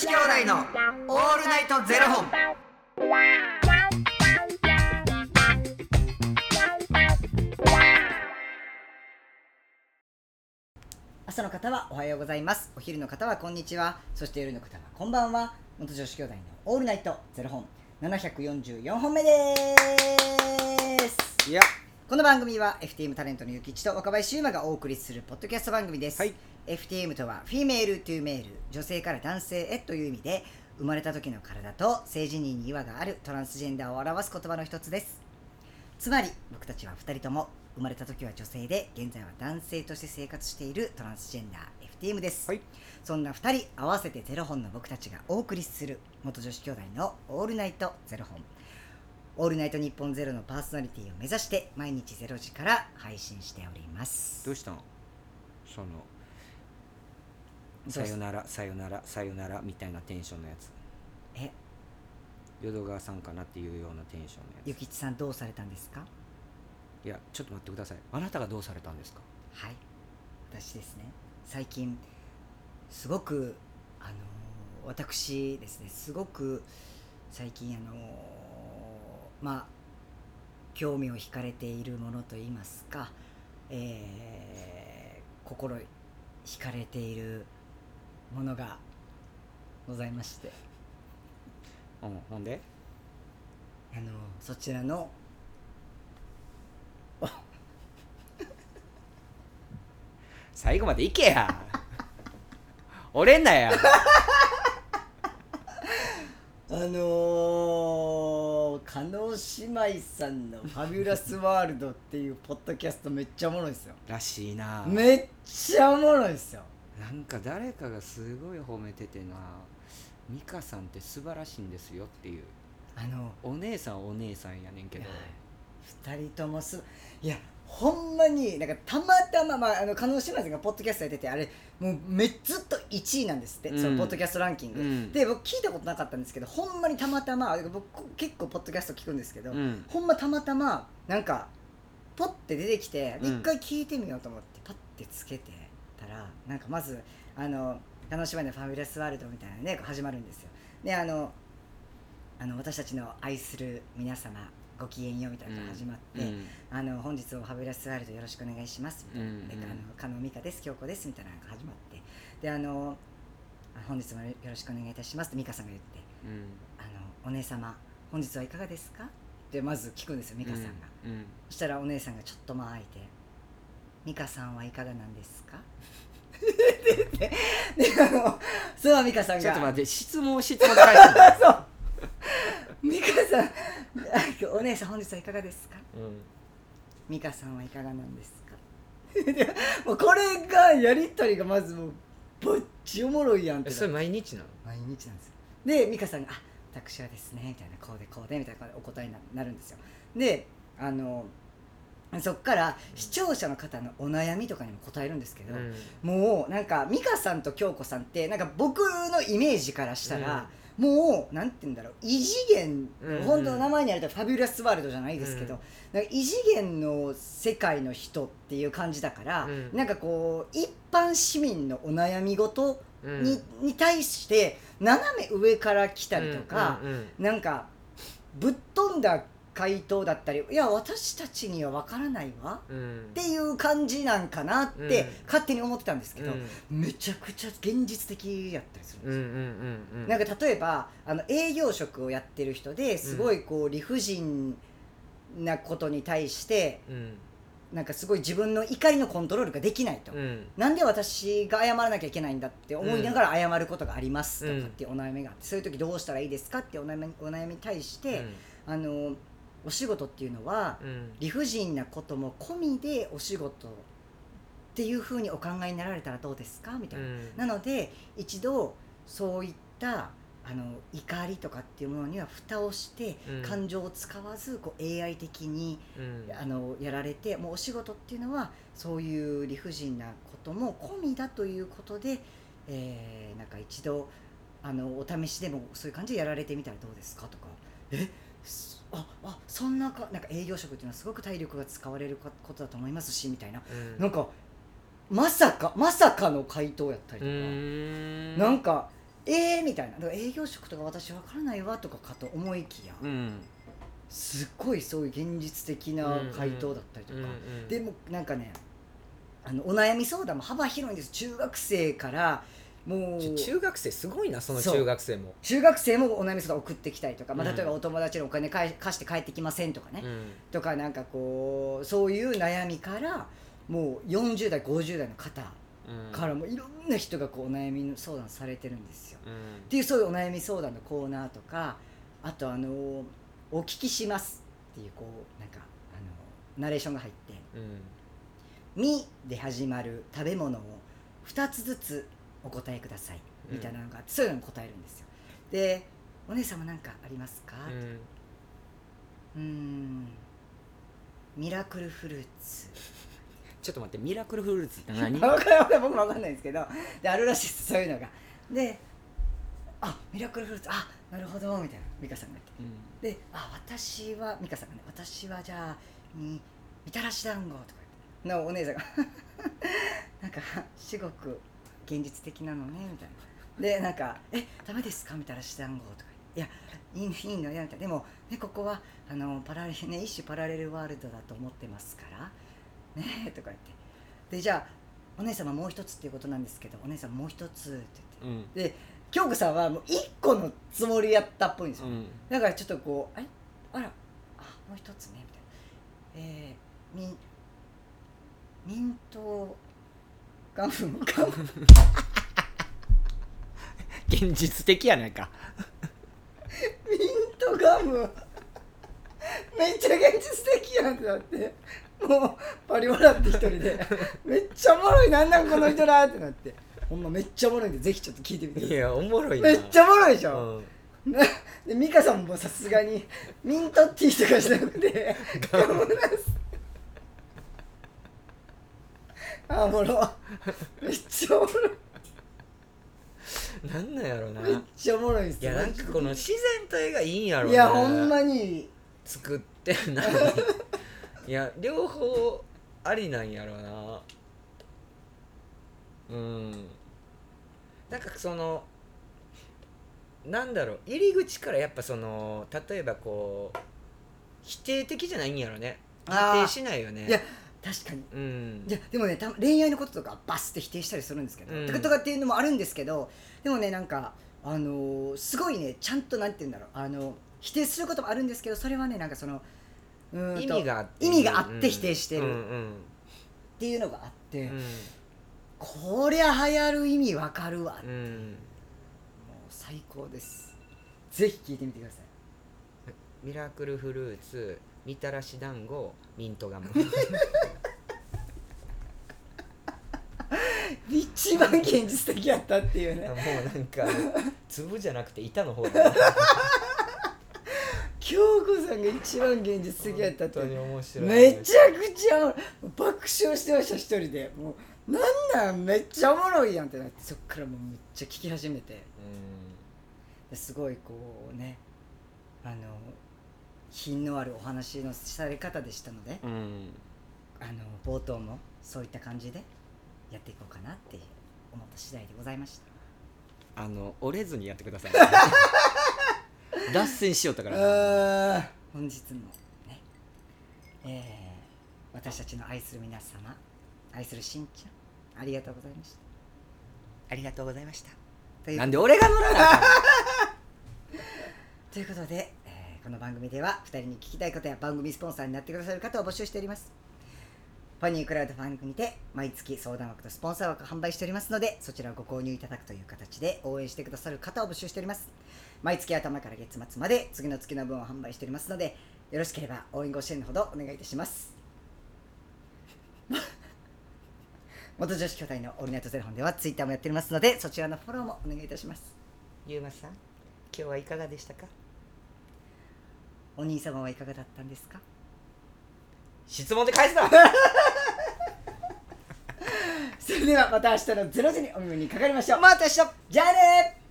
子兄弟のオールナイトゼロ本。 朝の方はおはようございます。お昼の方はこんにちは。そして夜の方はこんばんは。元女子兄弟のオールナイトゼロ本744本目です。 いや、 この番組は FTM タレントのゆきちと若林優馬がお送りするポッドキャスト番組です。 はい、 FTM とはフィメールトゥーメール、女性から男性へという意味で、生まれた時の体と性自認に違和があるトランスジェンダーを表す言葉の一つです。つまり僕たちは2人とも生まれた時は女性で現在は男性として生活しているトランスジェンダー FTM です。 はい、 そんな2人合わせてゼロ本の僕たちがお送りする元女子兄弟のオールナイトゼロ本、オールナイト日本ゼロのパーソナリティを目指して毎日0時から配信しております。 どうしたの？そのさよならさよならさよならみたいなテンションのやつ。淀川さんかなっていうようなテンションのやつ。 ゆきちさんどうされたんですか？ いや、ちょっと待ってください。あなたがどうされたんですか？ はい、私ですね、最近すごく私ですね、すごく最近興味を惹かれているものといいますか、心惹かれているものがございまして、 ほんでそちらの最後まで行けや折れんなや加納姉妹さんのファビュラスワールドっていうポッドキャストめっちゃおもろいですよ。 らしいな。 めっちゃおもろいですよ。 なんか誰かがすごい褒めててな、美香さんって素晴らしいんですよっていう。お姉さんやねんけど、 2人ともいやほんまになんかたまたま、加納姉妹さんがポッドキャストやってて、あれもうずっと1位なんですって、そのポッドキャストランキング、で僕聞いたことなかったんですけど、ほんまにたまたま、僕結構ポッドキャスト聞くんですけど、ほんまたまたまなんかポッて出てきて、一回聞いてみようと思ってパッてつけてたら、なんかまず加納姉妹のファビュラスワールドみたいなね始まるんですよ。で私たちの愛する皆様ごきげんようみたいなのが始まって、本日もファビュラスワールドよろしくお願いしますみたいな、加納美香です、京子ですみたいなのが始まって、で本日もよろしくお願いいたしますって美香さんが言って、お姉様本日はいかがですかってまず聞くんですよ、美香さんが。そしたらお姉さんがちょっと間空いて、美香さんはいかがなんですかでその美香さんがちょっと待って、質問で返してそう美香さんお姉さん本日はいかがですか、美香さんはいかがなんですかもうこれがやりとりがまずもうぼっちおもろいやんって。 それ毎日なの？ 毎日なんですよ。で美香さんが私はですねみたいな、こうでみたいなお答えになるんですよ。でそっから視聴者の方のお悩みとかにも答えるんですけど、もうなんか美香さんと京子さんってなんか僕のイメージからしたら、もうなんて言うんだろう、異次元、本当の名前にあるとファビュラスワールドじゃないですけど、なんか異次元の世界の人っていう感じだから、なんかこう一般市民のお悩み事に対して斜め上から来たりとか、なんかぶっ飛んだ回答だったり、いや私たちには分からないわ、っていう感じなんかなって勝手に思ってたんですけど、めちゃくちゃ現実的やったりするんですよ。なんか例えば営業職をやってる人ですごいこう理不尽なことに対して、なんかすごい自分の怒りのコントロールができないと、なんで私が謝らなきゃいけないんだって思いながら謝ることがありますとかっていうお悩みがあって、そういう時どうしたらいいですかっていうお悩みに対して、お仕事っていうのは、理不尽なことも込みでお仕事っていう風にお考えになられたらどうですかみたいな、なので一度そういった怒りとかっていうものには蓋をして、感情を使わずこう AI 的に、やられて、もうお仕事っていうのはそういう理不尽なことも込みだということで、なんか一度お試しでもそういう感じでやられてみたらどうですかとか、そんななんか営業職っていうのはすごく体力が使われることだと思いますしみたいな、なんかまさかの回答やったりとか、なんかみたいな、だから営業職とか私分からないわとかかと思いきや、すっごいそういう現実的な回答だったりとか、でもなんかねお悩み相談も幅広いんです。中学生からもう中学生すごいな。その中学生もお悩み相談送ってきたりとか、まあ、例えばお友達のお金貸して帰ってきませんとかね、とかなんかこうそういう悩みからもう40代50代の方からもいろんな人がこうお悩み相談されてるんですよ、っていうそういうお悩み相談のコーナーとか、あとお聞きしますっていうこうなんかナレーションが入って「み」で始まる食べ物を2つずつお答えくださいみたいなのがあって、そういうのも答えるんですよ。で「お姉様何かありますか？」ミラクルフルーツ。 ちょっと待って、ミラクルフルーツって何？ 僕も分かんないんですけど、であるらしいです、そういうのが。でミラクルフルーツ、なるほどみたいな美香さんが言って、で私は美香さんがね、私はじゃあみたらし団子とか言ってのお姉さんがなんかすごく現実的なのねみたいな。でなんかダメですかみたらし団子とか言って、いやいいのやみたいな。でもねここはパラレルね、一種パラレルワールドだと思ってますからねとか言って、でじゃあお姉様もう一つっていうことなんですけど、お姉様もう一つって言って、で京子さんはもう一個のつもりやったっぽいんですよ、だからちょっとこうもう一つねみたいな、ミントガム現実的やないかミントガムめっちゃ現実的やんってなって、もうパリ笑って一人でめっちゃおもろい、なんこの人らってなって、ほんまめっちゃおもろいんでぜひちょっと聞いてみてください。 いやおもろいな、 めっちゃおもろいでしょ、で美香さんもさすがにミントティーとかしなくてガムなんすおもろめっちゃおもろい、 なんなんやろな、 めっちゃおもろいんすよ。 いやなんかこの自然体がいいんやろね。 いやほんまに作ってんないや両方ありなんやろな。なんかそのなんだろう、入り口からやっぱその例えばこう否定的じゃないんやろね。否定しないよね。 いや確かに、いやでもね恋愛のこととかバスって否定したりするんですけど、とかっていうのもあるんですけど、でもねなんかすごいねちゃんとなんて言うんだろう、否定することもあるんですけど、それはねなんかその意味があって否定してるっていうのがあって、こりゃ流行る意味わかるわ、もう最高です。ぜひ聞いてみてください。 ミラクルフルーツ、みたらし団子、ミントガム一番現実的やったっていうね。 もうなんか粒じゃなくて板の方だ、ね、 京子さんが一番現実的やったって。 本当に面白い。 めちゃくちゃ爆笑してました一人で。もうなんめっちゃおもろいやんってなって、そっからもうめっちゃ聞き始めて、すごいこうね品のあるお話のされ方でしたので、冒頭もそういった感じでやっていこうかなって思った次第でございました。 折れずにやってください脱線しよったから本日もね、私たちの愛する皆様、愛するしんちゃん、ありがとうございました。 ありがとうございました。 なんで俺が乗らなあかんということで、この番組では2人に聞きたいことや番組スポンサーになってくださる方を募集しております。ファニークラウドファンディングにて毎月相談枠とスポンサー枠を販売しておりますので、そちらをご購入いただくという形で応援してくださる方を募集しております。毎月頭から月末まで次の月の分を販売しておりますので、よろしければ応援ご支援のほどお願いいたします元女子兄弟のオールナイトゼロ本ではツイッターもやっておりますので、そちらのフォローもお願いいたします。 ゆうまさん、今日はいかがでしたか？ お兄様はいかがだったんですか？ 質問で返すなそれではまた明日の0時にお耳にかかりましょう。 また明日、 じゃあねー。